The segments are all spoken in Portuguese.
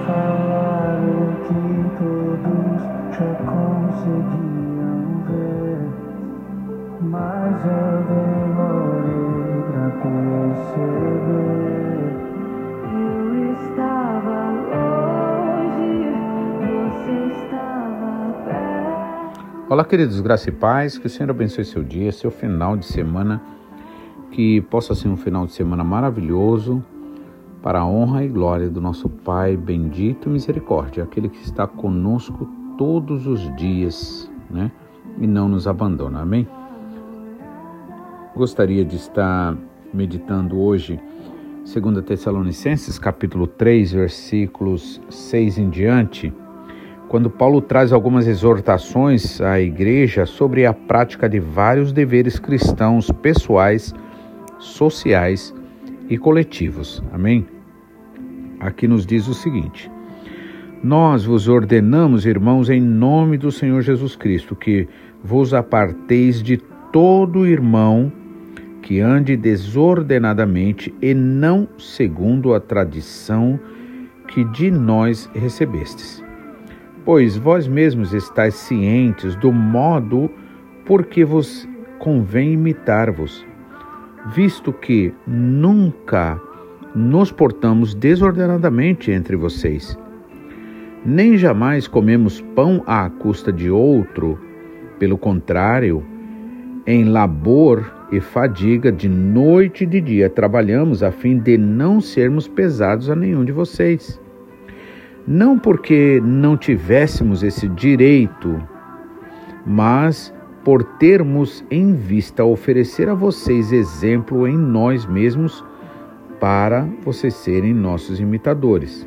falaram que todos já conseguiam ver, mas eu demorei pra perceber. Eu estava longe, você estava perto. Olá, queridos, graça e paz, que o Senhor abençoe seu dia, seu final de semana, que possa ser um final de semana maravilhoso, para a honra e glória do nosso Pai bendito e misericórdia, aquele que está conosco todos os dias, né? E não nos abandona, amém? Gostaria de estar meditando hoje 2 Tessalonicenses, capítulo 3, versículos 6 em diante, quando Paulo traz algumas exortações à igreja sobre a prática de vários deveres cristãos pessoais, sociais e coletivos. Amém? Aqui nos diz o seguinte: nós vos ordenamos, irmãos, em nome do Senhor Jesus Cristo, que vos aparteis de todo irmão que ande desordenadamente e não segundo a tradição que de nós recebestes. Pois vós mesmos estáis cientes do modo por que vos convém imitar-vos, visto que nunca nos portamos desordenadamente entre vocês, nem jamais comemos pão à custa de outro. Pelo contrário, em labor e fadiga, de noite e de dia, trabalhamos a fim de não sermos pesados a nenhum de vocês. Não porque não tivéssemos esse direito, mas por termos em vista oferecer a vocês exemplo em nós mesmos, para vocês serem nossos imitadores.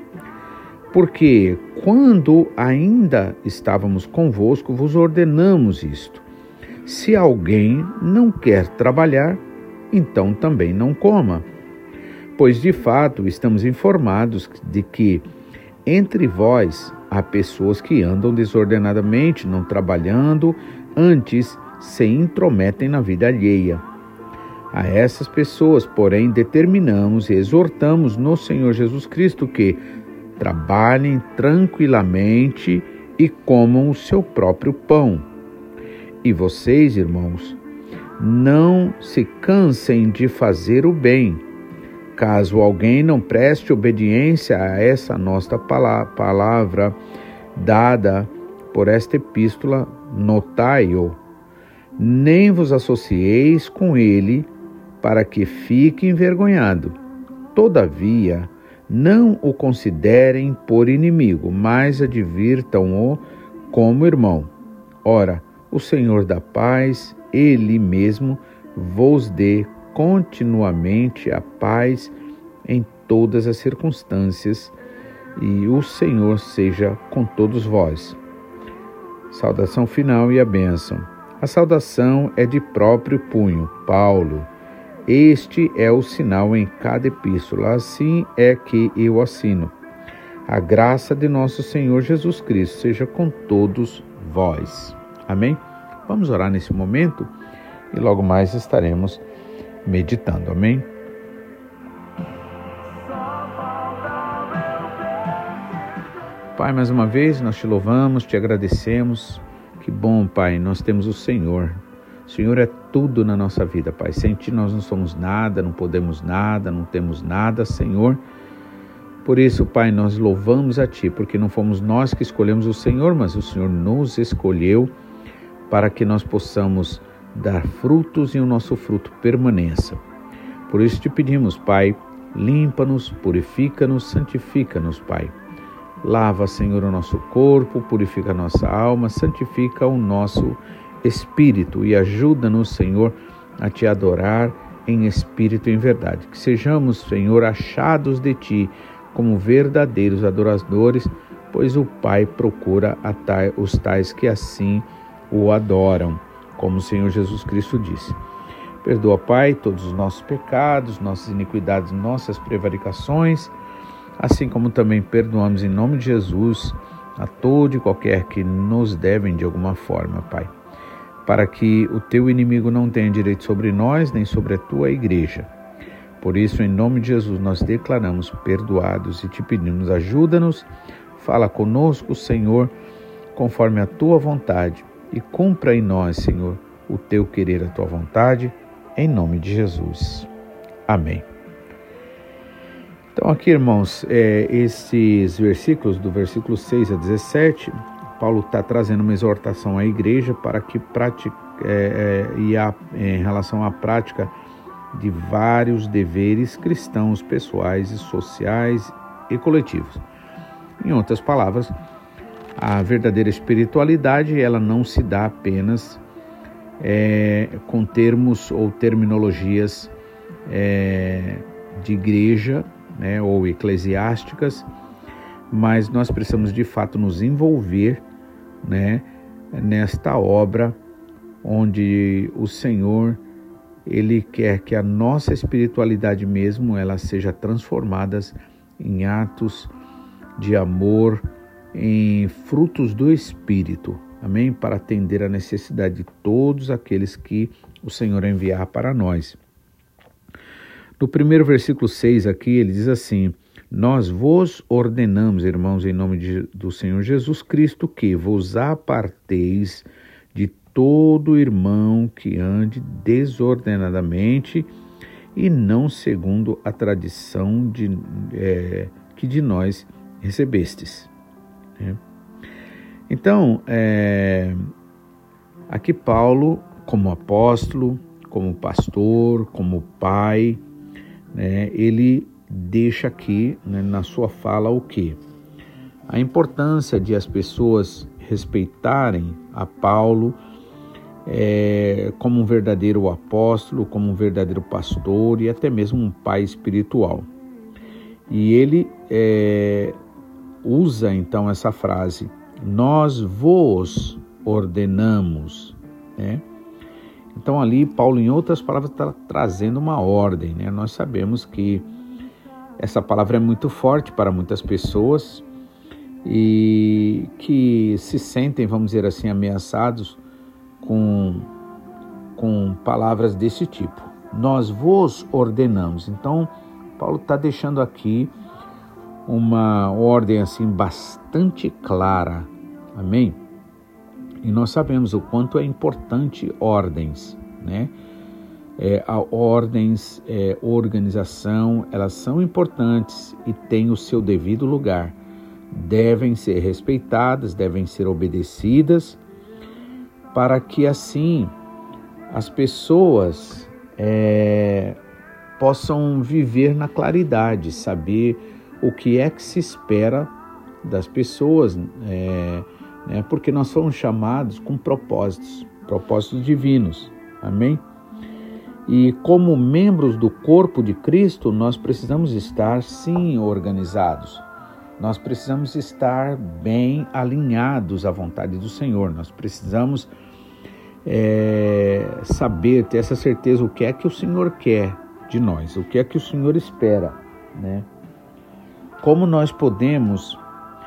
Porque quando ainda estávamos convosco, vos ordenamos isto: se alguém não quer trabalhar, então também não coma. Pois de fato estamos informados de que entre vós há pessoas que andam desordenadamente, não trabalhando, antes se intrometem na vida alheia. A essas pessoas, porém, determinamos e exortamos no Senhor Jesus Cristo que trabalhem tranquilamente e comam o seu próprio pão. E vocês, irmãos, não se cansem de fazer o bem. Caso alguém não preste obediência a essa nossa palavra dada por esta epístola, notai-o, nem vos associeis com ele, para que fique envergonhado. Todavia, não o considerem por inimigo, mas advirtam-o como irmão. Ora, o Senhor da paz, Ele mesmo, vos dê continuamente a paz em todas as circunstâncias, e o Senhor seja com todos vós. Saudação final e a bênção. A saudação é de próprio punho, Paulo. Este é o sinal em cada epístola, assim é que eu assino. A graça de nosso Senhor Jesus Cristo seja com todos vós. Amém? Vamos orar nesse momento e logo mais estaremos meditando. Amém? Pai, mais uma vez nós te louvamos, te agradecemos. Que bom, Pai, nós temos o Senhor. O Senhor é tudo na nossa vida, Pai. Sem Ti nós não somos nada, não podemos nada, não temos nada, Senhor. Por isso, Pai, nós louvamos a Ti, porque não fomos nós que escolhemos o Senhor, mas o Senhor nos escolheu para que nós possamos dar frutos e o nosso fruto permaneça. Por isso te pedimos, Pai, limpa-nos, purifica-nos, santifica-nos, Pai. Lava, Senhor, o nosso corpo, purifica a nossa alma, santifica o nosso espírito e ajuda-nos, Senhor, a Te adorar em espírito e em verdade. Que sejamos, Senhor, achados de Ti como verdadeiros adoradores, pois o Pai procura os tais que assim o adoram, como o Senhor Jesus Cristo disse. Perdoa, Pai, todos os nossos pecados, nossas iniquidades, nossas prevaricações, assim como também perdoamos em nome de Jesus a todo e qualquer que nos devem de alguma forma, Pai, para que o Teu inimigo não tenha direito sobre nós, nem sobre a Tua igreja. Por isso, em nome de Jesus, nós declaramos perdoados e te pedimos, ajuda-nos, fala conosco, Senhor, conforme a tua vontade, e cumpra em nós, Senhor, o teu querer, a tua vontade, em nome de Jesus. Amém. Então aqui, irmãos, esses versículos, do versículo 6 a 17, Paulo está trazendo uma exortação à igreja para que em relação à prática de vários deveres cristãos, pessoais e sociais e coletivos. Em outras palavras, a verdadeira espiritualidade, ela não se dá apenas com termos ou terminologias de igreja, né, ou eclesiásticas, mas nós precisamos de fato nos envolver, né, nesta obra onde o Senhor, Ele quer que a nossa espiritualidade mesmo, ela seja transformada em atos de amor, em frutos do Espírito, amém? Para atender a necessidade de todos aqueles que o Senhor enviar para nós. No primeiro versículo 6 aqui, ele diz assim: nós vos ordenamos, irmãos, em nome do Senhor Jesus Cristo, que vos aparteis de todo irmão que ande desordenadamente e não segundo a tradição que de nós recebestes. Então, aqui Paulo, como apóstolo, como pastor, como pai, né, ele deixa aqui, né, na sua fala o quê? A importância de as pessoas respeitarem a Paulo como um verdadeiro apóstolo, como um verdadeiro pastor e até mesmo um pai espiritual. E ele usa então essa frase, nós vos ordenamos, né? Então ali Paulo, em outras palavras, está trazendo uma ordem, né? Nós sabemos que essa palavra é muito forte para muitas pessoas e que se sentem, vamos dizer assim, ameaçados com palavras desse tipo. Nós vos ordenamos. Então Paulo está deixando aqui uma ordem assim bastante clara, amém? E nós sabemos o quanto é importante ordens, né? Ordens, organização, elas são importantes e têm o seu devido lugar. Devem ser respeitadas, devem ser obedecidas, para que assim as pessoas possam viver na claridade, saber o que é que se espera das pessoas, né? Porque nós fomos chamados com propósitos divinos, amém? E como membros do corpo de Cristo, nós precisamos estar, sim, organizados. Nós precisamos estar bem alinhados à vontade do Senhor. Nós precisamos saber, ter essa certeza, o que é que o Senhor quer de nós, o que é que o Senhor espera, né? Como nós podemos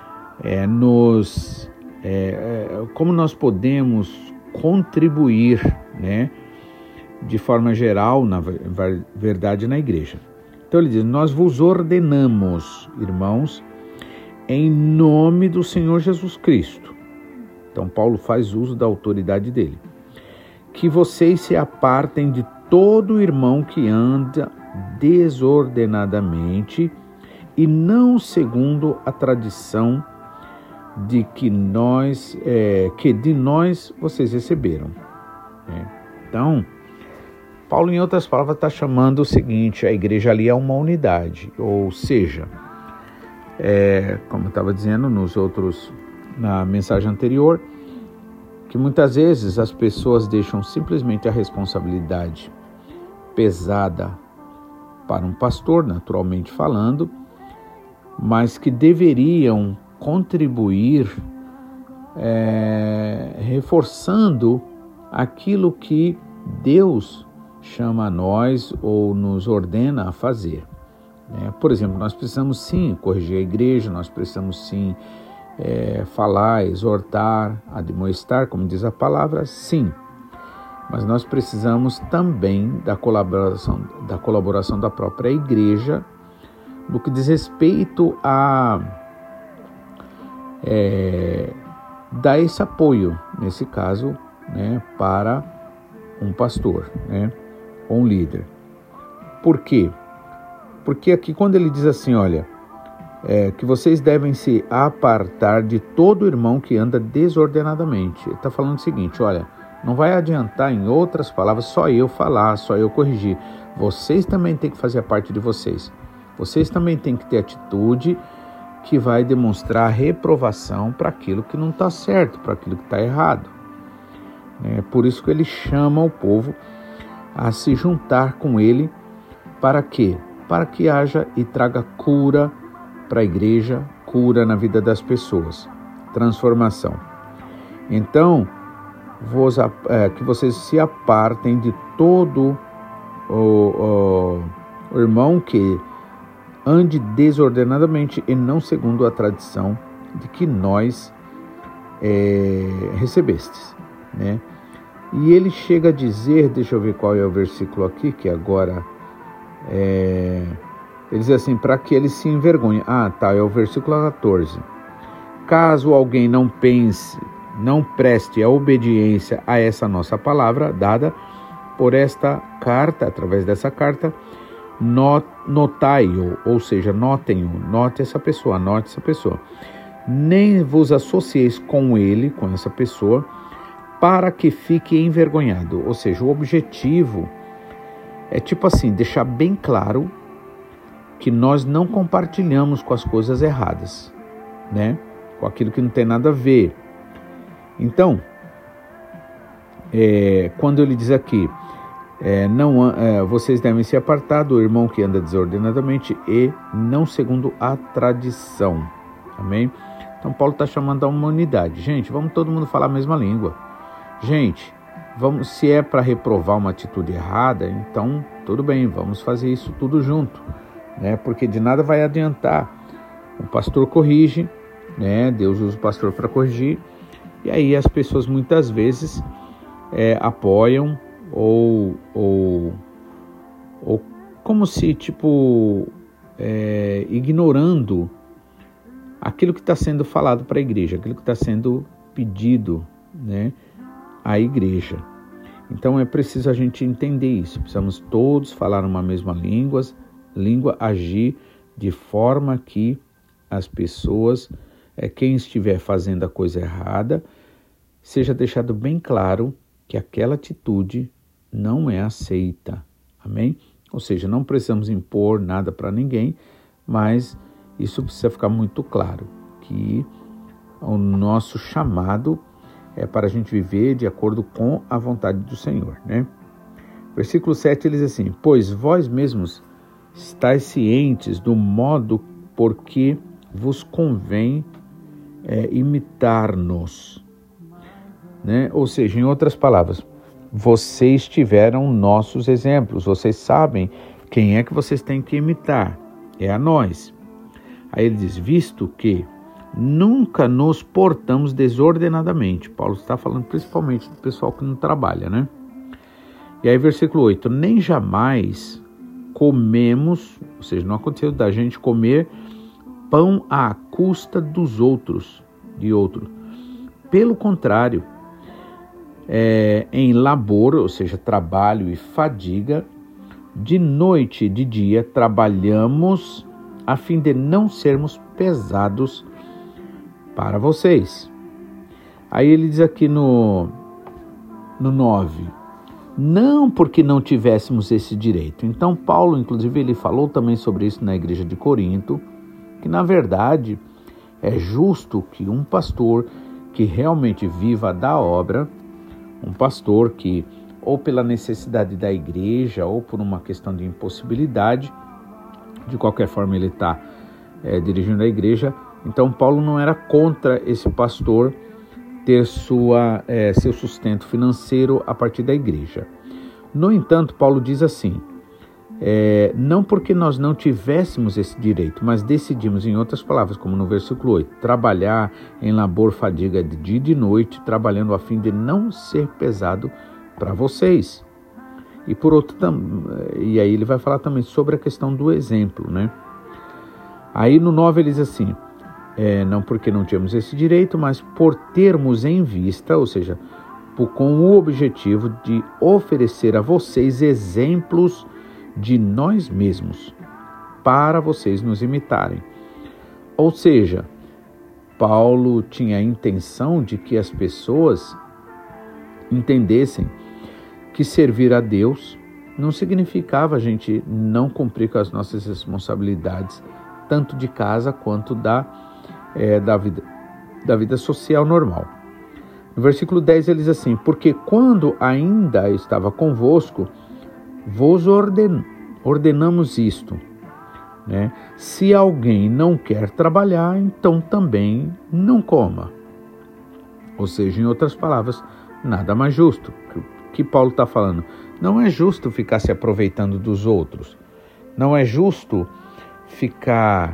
como nós podemos contribuir, né, de forma geral, na verdade, na igreja. Então ele diz, nós vos ordenamos, irmãos, em nome do Senhor Jesus Cristo. Então Paulo faz uso da autoridade dele. Que vocês se apartem de todo irmão que anda desordenadamente e não segundo a tradição de que de nós vocês receberam. Então, Paulo, em outras palavras, está chamando o seguinte, a igreja ali é uma unidade, ou seja, como eu estava dizendo na mensagem anterior, que muitas vezes as pessoas deixam simplesmente a responsabilidade pesada para um pastor, naturalmente falando, mas que deveriam contribuir reforçando aquilo que Deus chama a nós ou nos ordena a fazer. Por exemplo, nós precisamos sim corrigir a igreja, nós precisamos sim falar, exortar, admoestar, como diz a palavra, sim. mas nós precisamos também da colaboração da própria igreja no que diz respeito a dar esse apoio, nesse caso, né, para um pastor, né, ou um líder. Por quê? Porque aqui quando ele diz assim, olha, que vocês devem se apartar de todo irmão que anda desordenadamente. Ele está falando o seguinte, olha, não vai adiantar, em outras palavras, só eu falar, só eu corrigir. Vocês também têm que fazer a parte de vocês. Vocês também têm que ter atitude que vai demonstrar reprovação para aquilo que não está certo, para aquilo que está errado. É por isso que ele chama o povo a se juntar com ele. Para quê? Para que haja e traga cura para a igreja, cura na vida das pessoas, transformação. Então, que vocês se apartem de todo o irmão que ande desordenadamente e não segundo a tradição de que nós recebestes, né? E ele chega a dizer, deixa eu ver qual é o versículo aqui, que agora ele diz assim, para que ele se envergonhe. É o versículo 14. Caso alguém não preste a obediência a essa nossa palavra dada por esta carta, através dessa carta, notai-o, ou seja, notem-o, note essa pessoa. Nem vos associeis com ele, com essa pessoa, para que fique envergonhado. Ou seja, o objetivo é tipo assim, deixar bem claro que nós não compartilhamos com as coisas erradas, né? Com aquilo que não tem nada a ver. Então, quando ele diz aqui, vocês devem se apartar do irmão que anda desordenadamente e não segundo a tradição. Amém? Então, Paulo está chamando a uma unidade. Gente, vamos todo mundo falar a mesma língua. Gente, se é para reprovar uma atitude errada, então tudo bem, vamos fazer isso tudo junto, né? Porque de nada vai adiantar. O pastor corrige, né? Deus usa o pastor para corrigir, e aí as pessoas muitas vezes apoiam ou como se ignorando aquilo que está sendo falado para a igreja, aquilo que está sendo pedido, né, à igreja. Então é preciso a gente entender isso. Precisamos todos falar uma mesma língua, agir de forma que as pessoas, quem estiver fazendo a coisa errada, seja deixado bem claro que aquela atitude não é aceita. Amém? Ou seja, não precisamos impor nada para ninguém, mas isso precisa ficar muito claro, que o nosso chamado é para a gente viver de acordo com a vontade do Senhor, né? Versículo 7, ele diz assim, pois vós mesmos estáis cientes do modo por que vos convém imitar-nos, né? Ou seja, em outras palavras, vocês tiveram nossos exemplos, vocês sabem quem é que vocês têm que imitar, é a nós. Aí ele diz, visto que nunca nos portamos desordenadamente. Paulo está falando principalmente do pessoal que não trabalha, né? E aí versículo 8, nem jamais comemos, ou seja, não aconteceu da gente comer pão à custa dos outros, de outro. Pelo contrário, em labor, ou seja, trabalho e fadiga, de noite e de dia trabalhamos a fim de não sermos pesados para vocês. Aí ele diz aqui no 9, não porque não tivéssemos esse direito. Então Paulo, inclusive, ele falou também sobre isso na igreja de Corinto, que na verdade é justo que um pastor que realmente viva da obra, um pastor que ou pela necessidade da igreja ou por uma questão de impossibilidade, de qualquer forma ele está dirigindo a igreja. Então Paulo não era contra esse pastor ter seu sustento financeiro a partir da igreja. No entanto, Paulo diz assim, não porque nós não tivéssemos esse direito, mas decidimos, em outras palavras, como no versículo 8, trabalhar em labor, fadiga de dia e de noite, trabalhando a fim de não ser pesado para vocês. E por outro, e aí ele vai falar também sobre a questão do exemplo, né? Aí no 9 ele diz assim, não porque não tínhamos esse direito, mas por termos em vista, ou seja, com o objetivo de oferecer a vocês exemplos de nós mesmos, para vocês nos imitarem. Ou seja, Paulo tinha a intenção de que as pessoas entendessem que servir a Deus não significava a gente não cumprir com as nossas responsabilidades, tanto de casa quanto da vida social normal. No versículo 10 ele diz assim, porque quando ainda estava convosco, vos ordenamos isto, né? Se alguém não quer trabalhar, então também não coma. Ou seja, em outras palavras, nada mais justo. O que Paulo está falando? Não é justo ficar se aproveitando dos outros. Não é justo ficar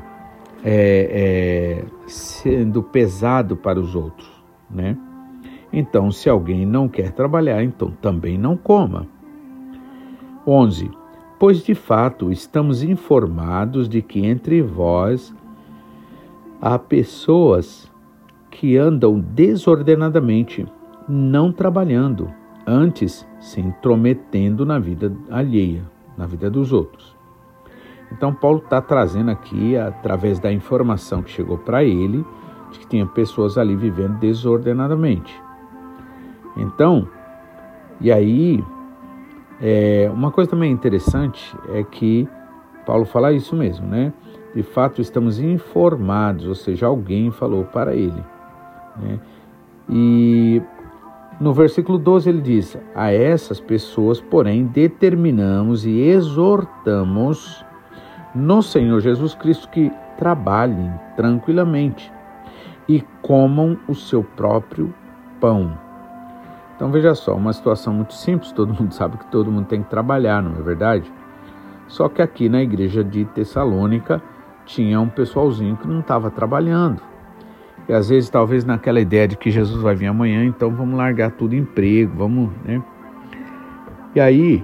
sendo pesado para os outros, né? Então, se alguém não quer trabalhar, então também não coma. 11. Pois de fato estamos informados de que entre vós há pessoas que andam desordenadamente, não trabalhando, antes se intrometendo na vida alheia, na vida dos outros. Então Paulo está trazendo aqui, através da informação que chegou para ele, de que tinha pessoas ali vivendo desordenadamente. Então, e aí, uma coisa também interessante é que Paulo fala isso mesmo, né? De fato, estamos informados, ou seja, alguém falou para ele, né? E no versículo 12 ele diz, a essas pessoas, porém, determinamos e exortamos no Senhor Jesus Cristo que trabalhem tranquilamente e comam o seu próprio pão. Então veja só, uma situação muito simples, todo mundo sabe que todo mundo tem que trabalhar, não é verdade? Só que aqui na igreja de Tessalônica tinha um pessoalzinho que não estava trabalhando. E às vezes talvez naquela ideia de que Jesus vai vir amanhã, então vamos largar tudo emprego, vamos, né? E aí,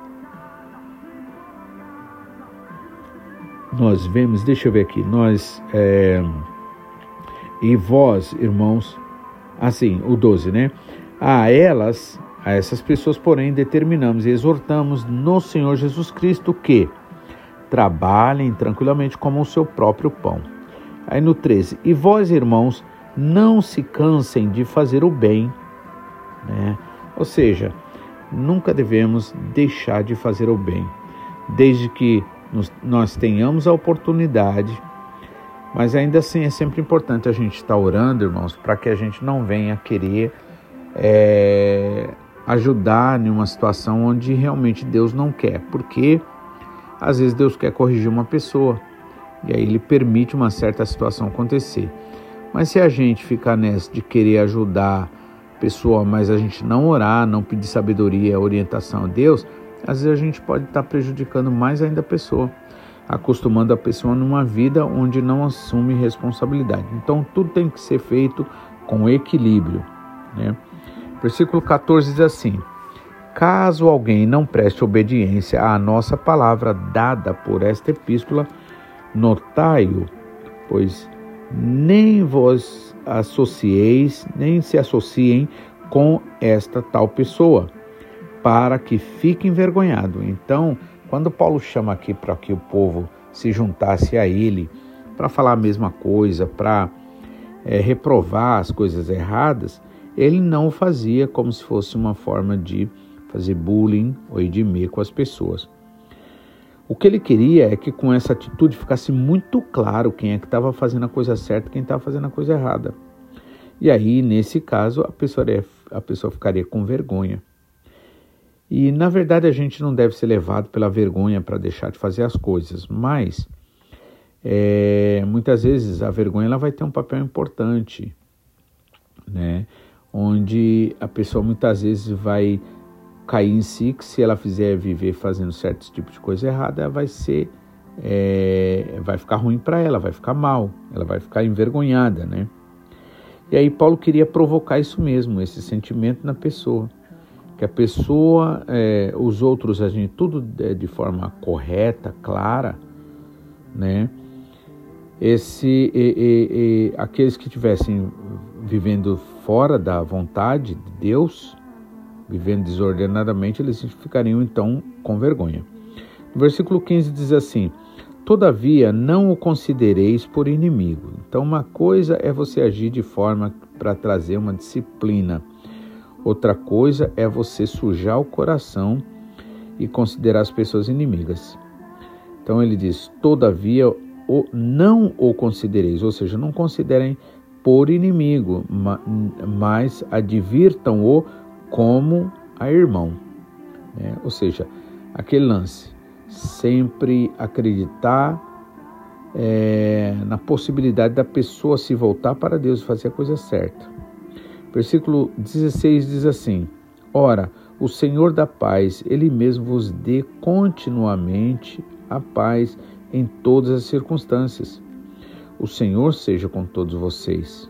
nós vemos, deixa eu ver aqui, e vós, irmãos, assim, o 12, né? A essas pessoas, porém, determinamos e exortamos no Senhor Jesus Cristo que trabalhem tranquilamente como o seu próprio pão. Aí no 13, e vós, irmãos, não se cansem de fazer o bem, né? Ou seja, nunca devemos deixar de fazer o bem, desde que nós tenhamos a oportunidade, mas ainda assim é sempre importante a gente estar orando, irmãos, para que a gente não venha querer ajudar em uma situação onde realmente Deus não quer, porque às vezes Deus quer corrigir uma pessoa e aí Ele permite uma certa situação acontecer. Mas se a gente ficar nessa de querer ajudar a pessoa, mas a gente não orar, não pedir sabedoria, orientação a Deus, às vezes a gente pode estar prejudicando mais ainda a pessoa, acostumando a pessoa numa vida onde não assume responsabilidade. Então tudo tem que ser feito com equilíbrio, né? Versículo 14 diz assim, caso alguém não preste obediência à nossa palavra dada por esta epístola, notai-o, pois nem vos associeis, nem se associem com esta tal pessoa, para que fique envergonhado. Então, quando Paulo chama aqui para que o povo se juntasse a ele, para falar a mesma coisa, para reprovar as coisas erradas, ele não fazia como se fosse uma forma de fazer bullying ou idimê com as pessoas. O que ele queria é que com essa atitude ficasse muito claro quem é que estava fazendo a coisa certa e quem estava fazendo a coisa errada. E aí, nesse caso, a pessoa ficaria com vergonha. E, na verdade, a gente não deve ser levado pela vergonha para deixar de fazer as coisas, mas muitas vezes a vergonha ela vai ter um papel importante, né? Onde a pessoa muitas vezes vai cair em si, que se ela viver fazendo certos tipos de coisa errada, ela vai ficar ruim para ela, vai ficar mal, ela vai ficar envergonhada, né? E aí Paulo queria provocar isso mesmo, esse sentimento na pessoa, que a pessoa, os outros agem tudo de forma correta, clara, né? Aqueles que estivessem vivendo fora da vontade de Deus, vivendo desordenadamente, eles ficariam então com vergonha. No versículo 15 diz assim: todavia não o considereis por inimigo. Então uma coisa é você agir de forma para trazer uma disciplina, outra coisa é você sujar o coração e considerar as pessoas inimigas. Então ele diz: todavia não o considereis, ou seja, não considerem por inimigo, mas advirtam-o como a irmão. Ou seja, aquele lance, sempre acreditar na possibilidade da pessoa se voltar para Deus e fazer a coisa certa. Versículo 16 diz assim: ora, o Senhor da paz, Ele mesmo vos dê continuamente a paz em todas as circunstâncias. O Senhor seja com todos vocês.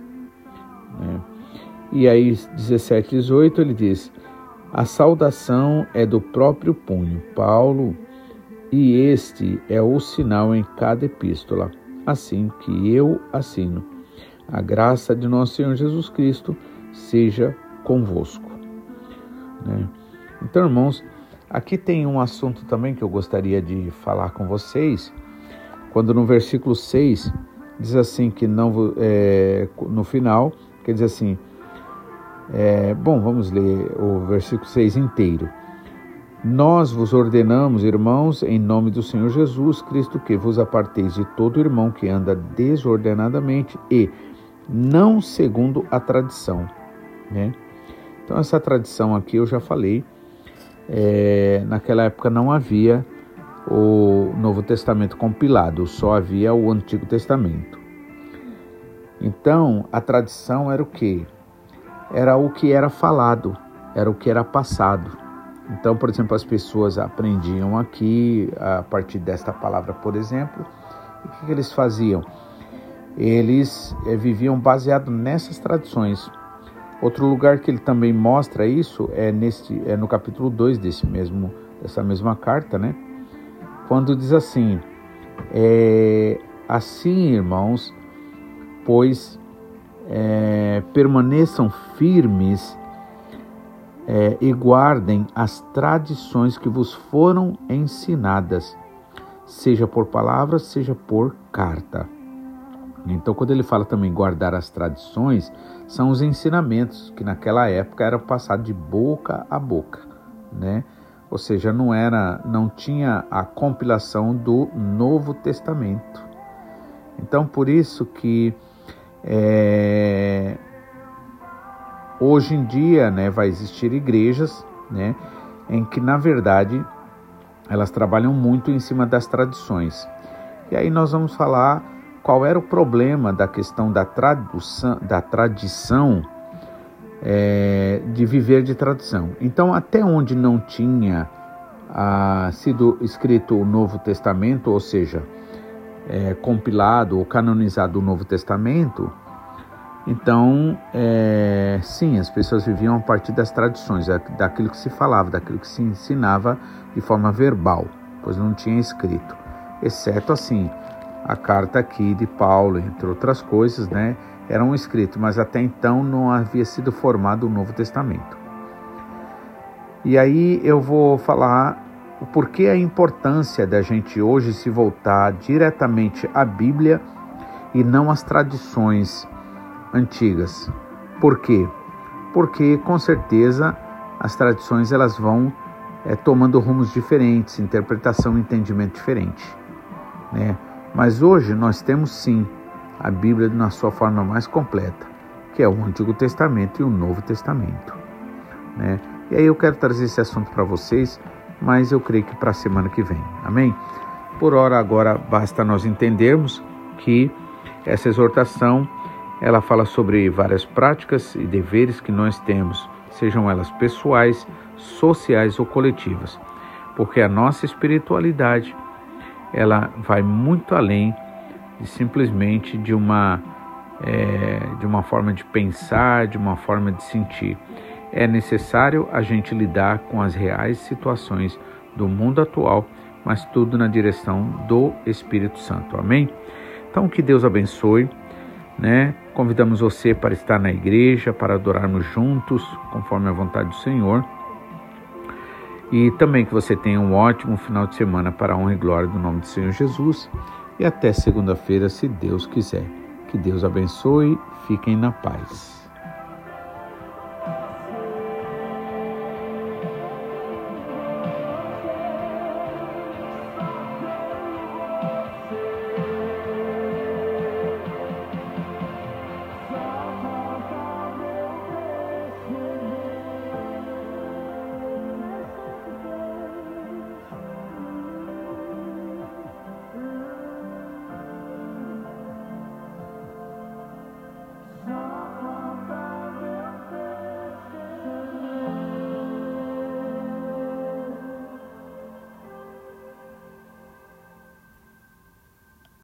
E aí, 17 e 18, ele diz: a saudação é do próprio punho, Paulo, e este é o sinal em cada epístola, assim que eu assino. A graça de nosso Senhor Jesus Cristo seja convosco. Então, irmãos, aqui tem um assunto também que eu gostaria de falar com vocês, quando no versículo 6 diz assim que não, no final, quer dizer assim, vamos ler o versículo 6 inteiro. Nós vos ordenamos, irmãos, em nome do Senhor Jesus Cristo, que vos aparteis de todo irmão que anda desordenadamente e não segundo a tradição. Então essa tradição aqui eu já falei, naquela época não havia o Novo Testamento compilado, só havia o Antigo Testamento. Então a tradição era o quê? Era o que era falado, era o que era passado. Então, por exemplo, as pessoas aprendiam aqui a partir desta palavra, por exemplo, e o que eles faziam? Eles viviam baseado nessas tradições. Outro lugar que ele também mostra isso é no capítulo 2 dessa mesma carta, né? Quando diz assim: assim, irmãos, pois permaneçam firmes e guardem as tradições que vos foram ensinadas, seja por palavra, seja por carta. Então, quando ele fala também guardar as tradições, são os ensinamentos que naquela época eram passados de boca a boca, né? Ou seja, não tinha a compilação do Novo Testamento. Então, por isso que hoje em dia, né, vai existir igrejas, né, em que, na verdade, elas trabalham muito em cima das tradições. E aí nós vamos falar qual era o problema da questão da tradição, de viver de tradição. Então, até onde não tinha sido escrito o Novo Testamento, ou seja, compilado ou canonizado o Novo Testamento, então, sim, as pessoas viviam a partir das tradições, daquilo que se falava, daquilo que se ensinava de forma verbal, pois não tinha escrito, exceto assim, a carta aqui de Paulo, entre outras coisas, né, eram escritos, mas até então não havia sido formado o Novo Testamento. E aí eu vou falar o porquê a importância da gente hoje se voltar diretamente à Bíblia e não às tradições antigas. Por quê? Porque com certeza as tradições elas vão tomando rumos diferentes, interpretação e entendimento diferente, né? Mas hoje nós temos sim a Bíblia na sua forma mais completa, que é o Antigo Testamento e o Novo Testamento, né? E aí eu quero trazer esse assunto para vocês, mas eu creio que para a semana que vem, amém? Por hora agora basta nós entendermos que essa exortação ela fala sobre várias práticas e deveres que nós temos, sejam elas pessoais, sociais ou coletivas, porque a nossa espiritualidade ela vai muito além de simplesmente de uma forma de pensar, de uma forma de sentir. É necessário a gente lidar com as reais situações do mundo atual, mas tudo na direção do Espírito Santo. Amém? Então, que Deus abençoe, né? Convidamos você para estar na igreja, para adorarmos juntos, conforme a vontade do Senhor. E também que você tenha um ótimo final de semana para a honra e glória do nome do Senhor Jesus. E até segunda-feira, se Deus quiser. Que Deus abençoe. Fiquem na paz.